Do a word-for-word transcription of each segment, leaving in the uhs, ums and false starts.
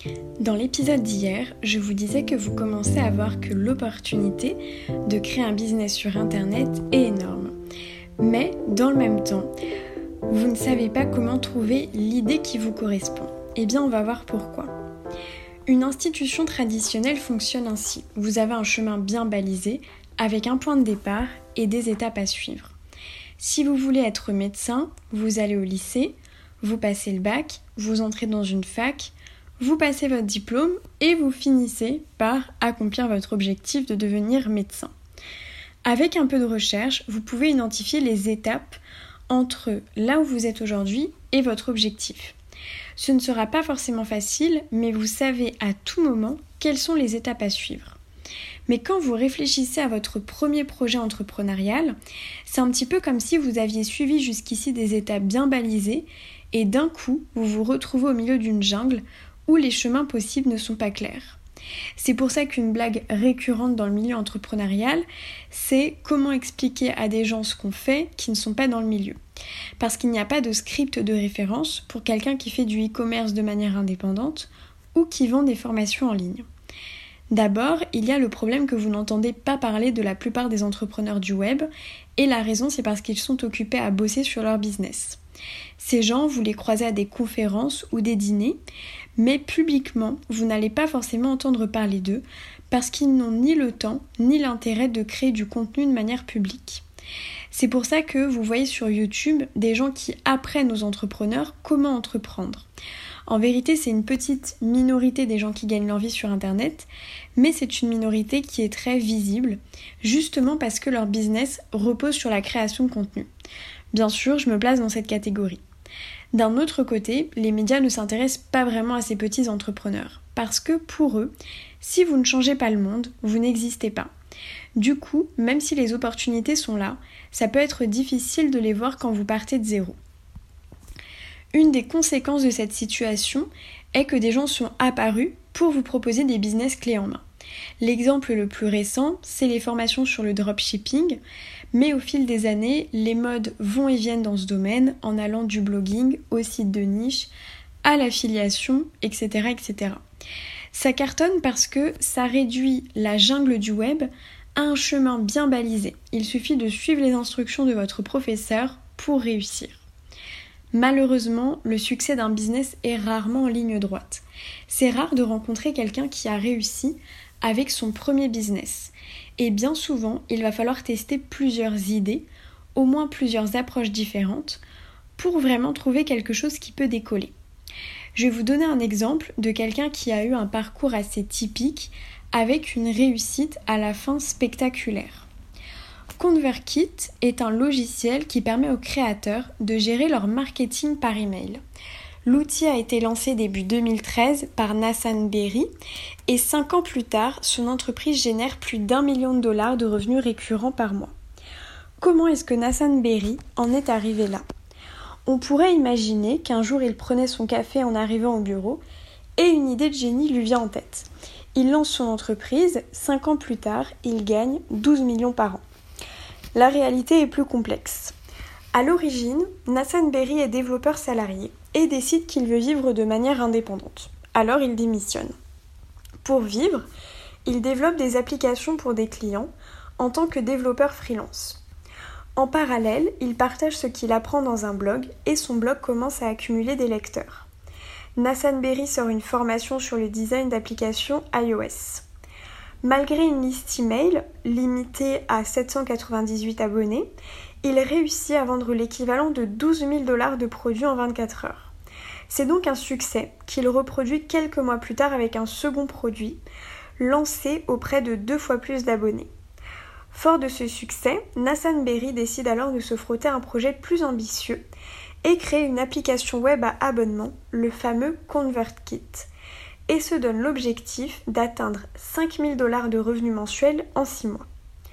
Dans l'épisode d'hier, je vous disais que vous commencez à voir que l'opportunité de créer un business sur Internet est énorme. Mais dans le même temps, vous ne savez pas comment trouver l'idée qui vous correspond. Eh bien, on va voir pourquoi. Une institution traditionnelle fonctionne ainsi. Vous avez un chemin bien balisé, avec un point de départ et des étapes à suivre. Si vous voulez être médecin, vous allez au lycée, vous passez le bac, vous entrez dans une fac, vous passez votre diplôme et vous finissez par accomplir votre objectif de devenir médecin. Avec un peu de recherche, vous pouvez identifier les étapes entre là où vous êtes aujourd'hui et votre objectif. Ce ne sera pas forcément facile, mais vous savez à tout moment quelles sont les étapes à suivre. Mais quand vous réfléchissez à votre premier projet entrepreneurial, c'est un petit peu comme si vous aviez suivi jusqu'ici des étapes bien balisées et d'un coup, vous vous retrouvez au milieu d'une jungle où les chemins possibles ne sont pas clairs. C'est pour ça qu'une blague récurrente dans le milieu entrepreneurial, c'est comment expliquer à des gens ce qu'on fait qui ne sont pas dans le milieu. Parce qu'il n'y a pas de script de référence pour quelqu'un qui fait du e-commerce de manière indépendante ou qui vend des formations en ligne. D'abord, il y a le problème que vous n'entendez pas parler de la plupart des entrepreneurs du web, et la raison c'est parce qu'ils sont occupés à bosser sur leur business. Ces gens, vous les croisez à des conférences ou des dîners, mais publiquement, vous n'allez pas forcément entendre parler d'eux parce qu'ils n'ont ni le temps ni l'intérêt de créer du contenu de manière publique. C'est pour ça que vous voyez sur YouTube des gens qui apprennent aux entrepreneurs comment entreprendre. En vérité, c'est une petite minorité des gens qui gagnent leur vie sur Internet, mais c'est une minorité qui est très visible, justement parce que leur business repose sur la création de contenu. Bien sûr, je me place dans cette catégorie. D'un autre côté, les médias ne s'intéressent pas vraiment à ces petits entrepreneurs, parce que pour eux, si vous ne changez pas le monde, vous n'existez pas. Du coup, même si les opportunités sont là, ça peut être difficile de les voir quand vous partez de zéro. Une des conséquences de cette situation est que des gens sont apparus pour vous proposer des business clés en main. L'exemple le plus récent, c'est les formations sur le dropshipping, mais au fil des années, les modes vont et viennent dans ce domaine en allant du blogging au site de niche, à l'affiliation, et cetera, et cetera. Ça cartonne parce que ça réduit la jungle du web à un chemin bien balisé. Il suffit de suivre les instructions de votre professeur pour réussir. Malheureusement, le succès d'un business est rarement en ligne droite. C'est rare de rencontrer quelqu'un qui a réussi avec son premier business. Et bien souvent, il va falloir tester plusieurs idées, au moins plusieurs approches différentes, pour vraiment trouver quelque chose qui peut décoller. Je vais vous donner un exemple de quelqu'un qui a eu un parcours assez typique, avec une réussite à la fin spectaculaire. ConvertKit est un logiciel qui permet aux créateurs de gérer leur marketing par email. L'outil a été lancé début deux mille treize par Nathan Berry et cinq ans plus tard, son entreprise génère plus d'un million de dollars de revenus récurrents par mois. Comment est-ce que Nathan Berry en est arrivé là ? On pourrait imaginer qu'un jour il prenait son café en arrivant au bureau et une idée de génie lui vient en tête. Il lance son entreprise, cinq ans plus tard, il gagne douze millions par an. La réalité est plus complexe. À l'origine, Nathan Berry est développeur salarié et décide qu'il veut vivre de manière indépendante. Alors il démissionne. Pour vivre, il développe des applications pour des clients en tant que développeur freelance. En parallèle, il partage ce qu'il apprend dans un blog et son blog commence à accumuler des lecteurs. Nathan Berry sort une formation sur le design d'applications iOS. Malgré une liste email limitée à sept cent quatre-vingt-dix-huit abonnés, il réussit à vendre l'équivalent de douze mille dollars de produits en vingt-quatre heures. C'est donc un succès qu'il reproduit quelques mois plus tard avec un second produit, lancé auprès de deux fois plus d'abonnés. Fort de ce succès, Nathan Berry décide alors de se frotter à un projet plus ambitieux et crée une application web à abonnement, le fameux ConvertKit, et se donne l'objectif d'atteindre cinq mille dollars de revenus mensuels en six mois.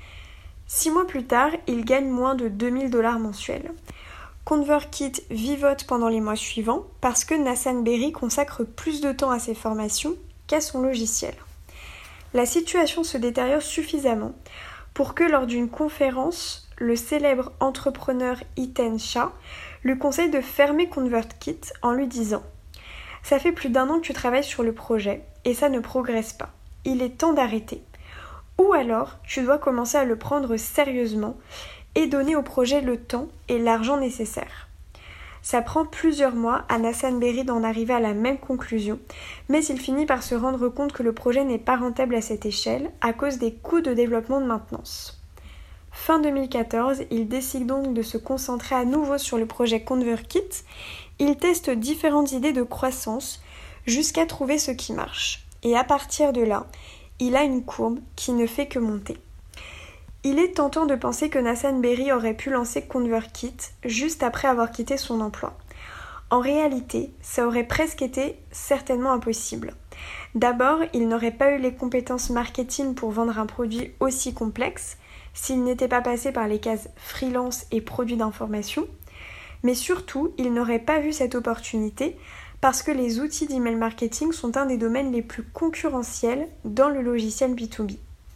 Six mois plus tard, il gagne moins de deux mille dollars mensuels. ConvertKit vivote pendant les mois suivants parce que Nathan Berry consacre plus de temps à ses formations qu'à son logiciel. La situation se détériore suffisamment pour que lors d'une conférence, le célèbre entrepreneur Hiten Shah lui conseille de fermer ConvertKit en lui disant « Ça fait plus d'un an que tu travailles sur le projet et ça ne progresse pas. Il est temps d'arrêter. Ou alors, tu dois commencer à le prendre sérieusement et donner au projet le temps et l'argent nécessaires. Ça prend plusieurs mois à Nassan Berry d'en arriver à la même conclusion, mais il finit par se rendre compte que le projet n'est pas rentable à cette échelle à cause des coûts de développement de maintenance. Fin deux mille quatorze, il décide donc de se concentrer à nouveau sur le projet ConvertKit. Il teste différentes idées de croissance jusqu'à trouver ce qui marche. Et à partir de là, il a une courbe qui ne fait que monter. Il est tentant de penser que Nassan Berry aurait pu lancer ConvertKit juste après avoir quitté son emploi. En réalité, ça aurait presque été certainement impossible. D'abord, il n'aurait pas eu les compétences marketing pour vendre un produit aussi complexe s'il n'était pas passé par les cases freelance et produits d'information. Mais surtout, il n'aurait pas vu cette opportunité parce que les outils d'email marketing sont un des domaines les plus concurrentiels dans le logiciel B deux B.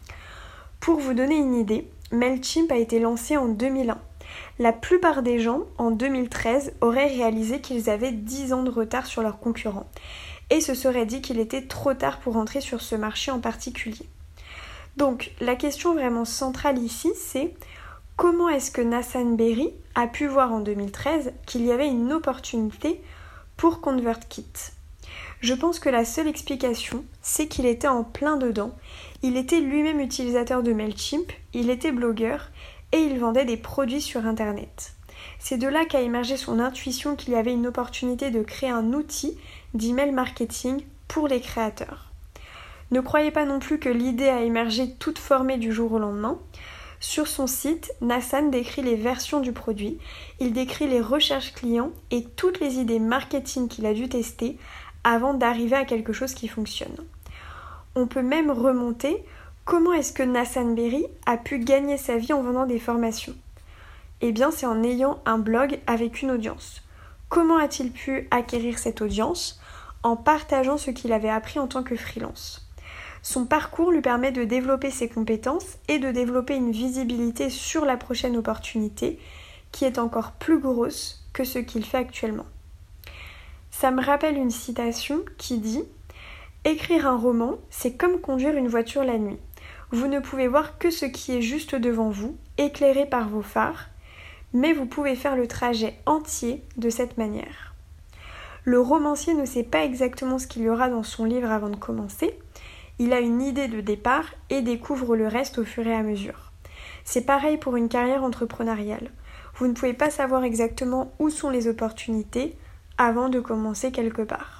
Pour vous donner une idée, MailChimp a été lancé en deux mille un. La plupart des gens, en deux mille treize, auraient réalisé qu'ils avaient dix ans de retard sur leurs concurrents et se seraient dit qu'il était trop tard pour entrer sur ce marché en particulier. Donc, la question vraiment centrale ici, c'est comment est-ce que Nassan Berry a pu voir en deux mille treize qu'il y avait une opportunité pour ConvertKit ? Je pense que la seule explication, c'est qu'il était en plein dedans. Il était lui-même utilisateur de MailChimp, il était blogueur et il vendait des produits sur Internet. C'est de là qu'a émergé son intuition qu'il y avait une opportunité de créer un outil d'email marketing pour les créateurs. Ne croyez pas non plus que l'idée a émergé toute formée du jour au lendemain. Sur son site, Nassan décrit les versions du produit, il décrit les recherches clients et toutes les idées marketing qu'il a dû tester avant d'arriver à quelque chose qui fonctionne. On peut même remonter comment est-ce que Nassan Berry a pu gagner sa vie en vendant des formations ? Eh bien, c'est en ayant un blog avec une audience. Comment a-t-il pu acquérir cette audience ? En partageant ce qu'il avait appris en tant que freelance. Son parcours lui permet de développer ses compétences et de développer une visibilité sur la prochaine opportunité qui est encore plus grosse que ce qu'il fait actuellement. Ça me rappelle une citation qui dit « Écrire un roman, c'est comme conduire une voiture la nuit. Vous ne pouvez voir que ce qui est juste devant vous, éclairé par vos phares, mais vous pouvez faire le trajet entier de cette manière. » Le romancier ne sait pas exactement ce qu'il y aura dans son livre avant de commencer. Il a une idée de départ et découvre le reste au fur et à mesure. C'est pareil pour une carrière entrepreneuriale. Vous ne pouvez pas savoir exactement où sont les opportunités avant de commencer quelque part.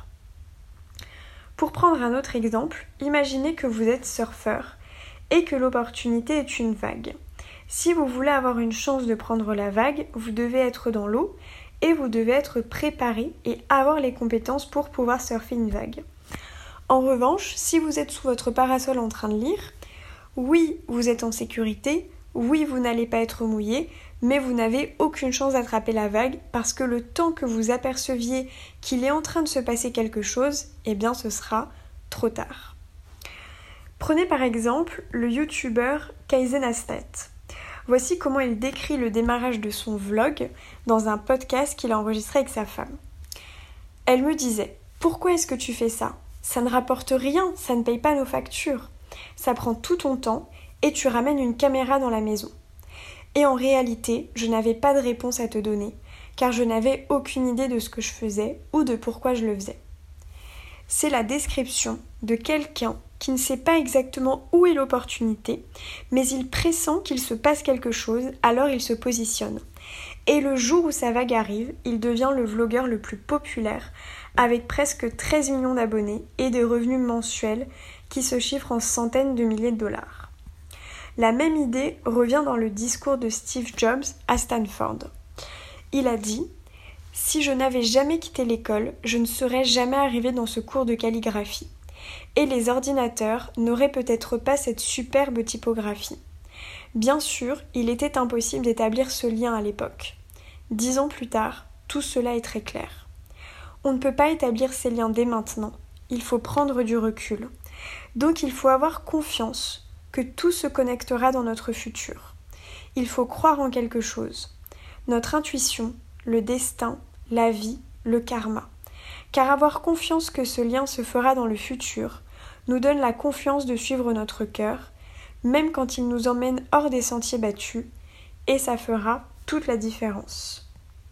Pour prendre un autre exemple, imaginez que vous êtes surfeur et que l'opportunité est une vague. Si vous voulez avoir une chance de prendre la vague, vous devez être dans l'eau et vous devez être préparé et avoir les compétences pour pouvoir surfer une vague. En revanche, si vous êtes sous votre parasol en train de lire, oui, vous êtes en sécurité, oui, vous n'allez pas être mouillé, mais vous n'avez aucune chance d'attraper la vague parce que le temps que vous aperceviez qu'il est en train de se passer quelque chose, eh bien ce sera trop tard. Prenez par exemple le youtubeur Kaizen Astet. Voici comment il décrit le démarrage de son vlog dans un podcast qu'il a enregistré avec sa femme. Elle me disait « Pourquoi est-ce que tu fais ça ? Ça ne rapporte rien, ça ne paye pas nos factures. Ça prend tout ton temps et tu ramènes une caméra dans la maison. » Et en réalité, je n'avais pas de réponse à te donner, car je n'avais aucune idée de ce que je faisais ou de pourquoi je le faisais. C'est la description de quelqu'un qui ne sait pas exactement où est l'opportunité, mais il pressent qu'il se passe quelque chose, alors il se positionne. Et le jour où sa vague arrive, il devient le vlogueur le plus populaire, avec presque treize millions d'abonnés et des revenus mensuels qui se chiffrent en centaines de milliers de dollars. La même idée revient dans le discours de Steve Jobs à Stanford. Il a dit « Si je n'avais jamais quitté l'école, je ne serais jamais arrivé dans ce cours de calligraphie. Et les ordinateurs n'auraient peut-être pas cette superbe typographie. Bien sûr, il était impossible d'établir ce lien à l'époque. Dix ans plus tard, tout cela est très clair. On ne peut pas établir ces liens dès maintenant. Il faut prendre du recul. Donc il faut avoir confiance que tout se connectera dans notre futur. Il faut croire en quelque chose. Notre intuition, le destin, la vie, le karma. car avoir confiance que ce lien se fera dans le futur nous donne la confiance de suivre notre cœur, même quand il nous emmène hors des sentiers battus, et ça fera toute la différence.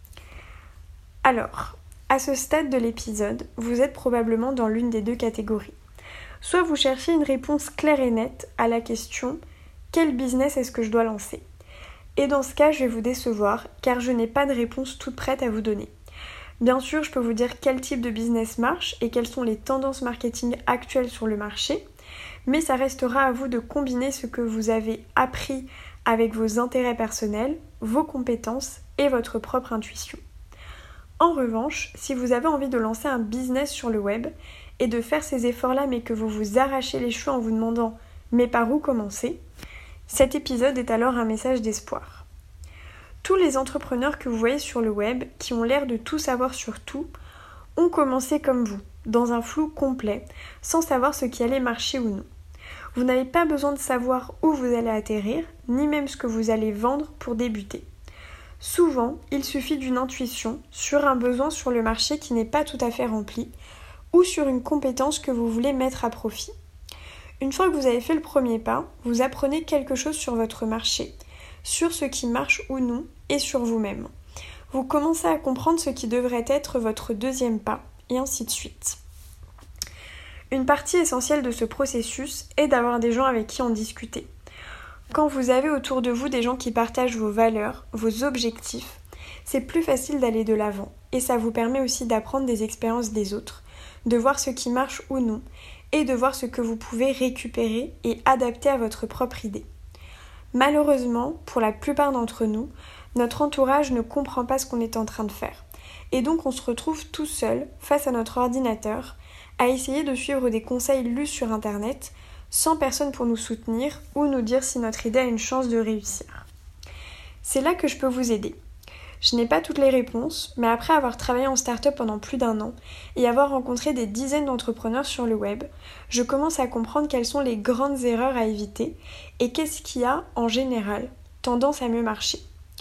Alors, à ce stade de l'épisode, vous êtes probablement dans l'une des deux catégories. Soit vous cherchez une réponse claire et nette à la question « Quel business est-ce que je dois lancer ?» Et dans ce cas, je vais vous décevoir, car je n'ai pas de réponse toute prête à vous donner. Bien sûr, je peux vous dire quel type de business marche et quelles sont les tendances marketing actuelles sur le marché, mais ça restera à vous de combiner ce que vous avez appris avec vos intérêts personnels, vos compétences et votre propre intuition. En revanche, si vous avez envie de lancer un business sur le web et de faire ces efforts-là mais que vous vous arrachez les cheveux en vous demandant « mais par où commencer ?», cet épisode est alors un message d'espoir. Tous les entrepreneurs que vous voyez sur le web, qui ont l'air de tout savoir sur tout, ont commencé comme vous, dans un flou complet, sans savoir ce qui allait marcher ou non. Vous n'avez pas besoin de savoir où vous allez atterrir, ni même ce que vous allez vendre pour débuter. Souvent, il suffit d'une intuition sur un besoin sur le marché qui n'est pas tout à fait rempli ou sur une compétence que vous voulez mettre à profit. Une fois que vous avez fait le premier pas, vous apprenez quelque chose sur votre marché, sur ce qui marche ou non et sur vous-même. Vous commencez à comprendre ce qui devrait être votre deuxième pas et ainsi de suite. Une partie essentielle de ce processus est d'avoir des gens avec qui en discuter. Quand vous avez autour de vous des gens qui partagent vos valeurs, vos objectifs, c'est plus facile d'aller de l'avant et ça vous permet aussi d'apprendre des expériences des autres, de voir ce qui marche ou non et de voir ce que vous pouvez récupérer et adapter à votre propre idée. Malheureusement, pour la plupart d'entre nous, notre entourage ne comprend pas ce qu'on est en train de faire et donc on se retrouve tout seul face à notre ordinateur à essayer de suivre des conseils lus sur internet sans personne pour nous soutenir ou nous dire si notre idée a une chance de réussir. C'est là que je peux vous aider. Je n'ai pas toutes les réponses, mais après avoir travaillé en start-up pendant plus d'un an et avoir rencontré des dizaines d'entrepreneurs sur le web, je commence à comprendre quelles sont les grandes erreurs à éviter et qu'est-ce qui a, en général, tendance à mieux marcher.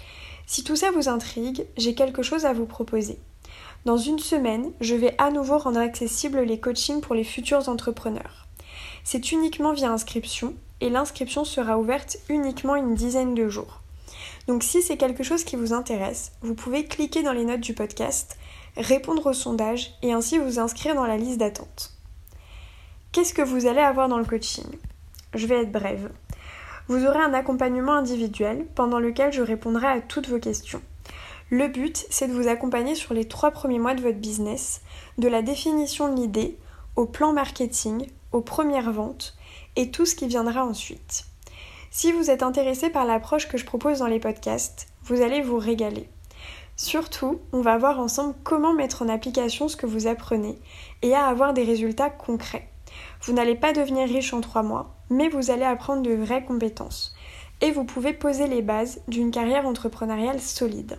Si tout ça vous intrigue, j'ai quelque chose à vous proposer. Dans une semaine, je vais à nouveau rendre accessibles les coachings pour les futurs entrepreneurs. C'est uniquement via inscription et l'inscription sera ouverte uniquement une dizaine de jours. Donc si c'est quelque chose qui vous intéresse, vous pouvez cliquer dans les notes du podcast, répondre au sondage et ainsi vous inscrire dans la liste d'attente. Qu'est-ce que vous allez avoir dans le coaching ? Je vais être brève. Vous aurez un accompagnement individuel pendant lequel je répondrai à toutes vos questions. Le but, c'est de vous accompagner sur les trois premiers mois de votre business, de la définition de l'idée, au plan marketing, aux premières ventes et tout ce qui viendra ensuite. Si vous êtes intéressé par l'approche que je propose dans les podcasts, vous allez vous régaler. Surtout, on va voir ensemble comment mettre en application ce que vous apprenez et à avoir des résultats concrets. Vous n'allez pas devenir riche en trois mois, mais vous allez apprendre de vraies compétences et vous pouvez poser les bases d'une carrière entrepreneuriale solide.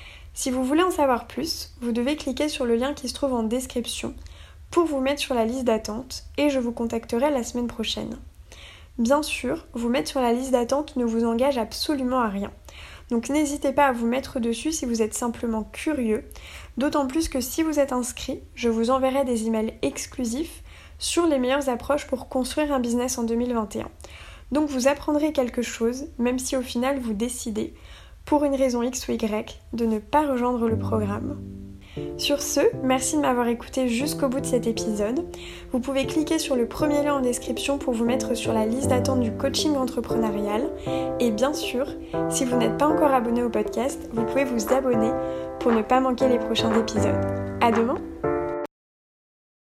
Si vous voulez en savoir plus, vous devez cliquer sur le lien qui se trouve en description pour vous mettre sur la liste d'attente et je vous contacterai la semaine prochaine. Bien sûr, vous mettre sur la liste d'attente ne vous engage absolument à rien. Donc n'hésitez pas à vous mettre dessus si vous êtes simplement curieux, d'autant plus que si vous êtes inscrit, je vous enverrai des emails exclusifs sur les meilleures approches pour construire un business en deux mille vingt et un. Donc vous apprendrez quelque chose, même si au final vous décidez, pour une raison X ou Y, de ne pas rejoindre le programme. Sur ce, merci de m'avoir écouté jusqu'au bout de cet épisode. Vous pouvez cliquer sur le premier lien en description pour vous mettre sur la liste d'attente du coaching entrepreneurial. Et bien sûr, si vous n'êtes pas encore abonné au podcast, vous pouvez vous abonner pour ne pas manquer les prochains épisodes. À demain!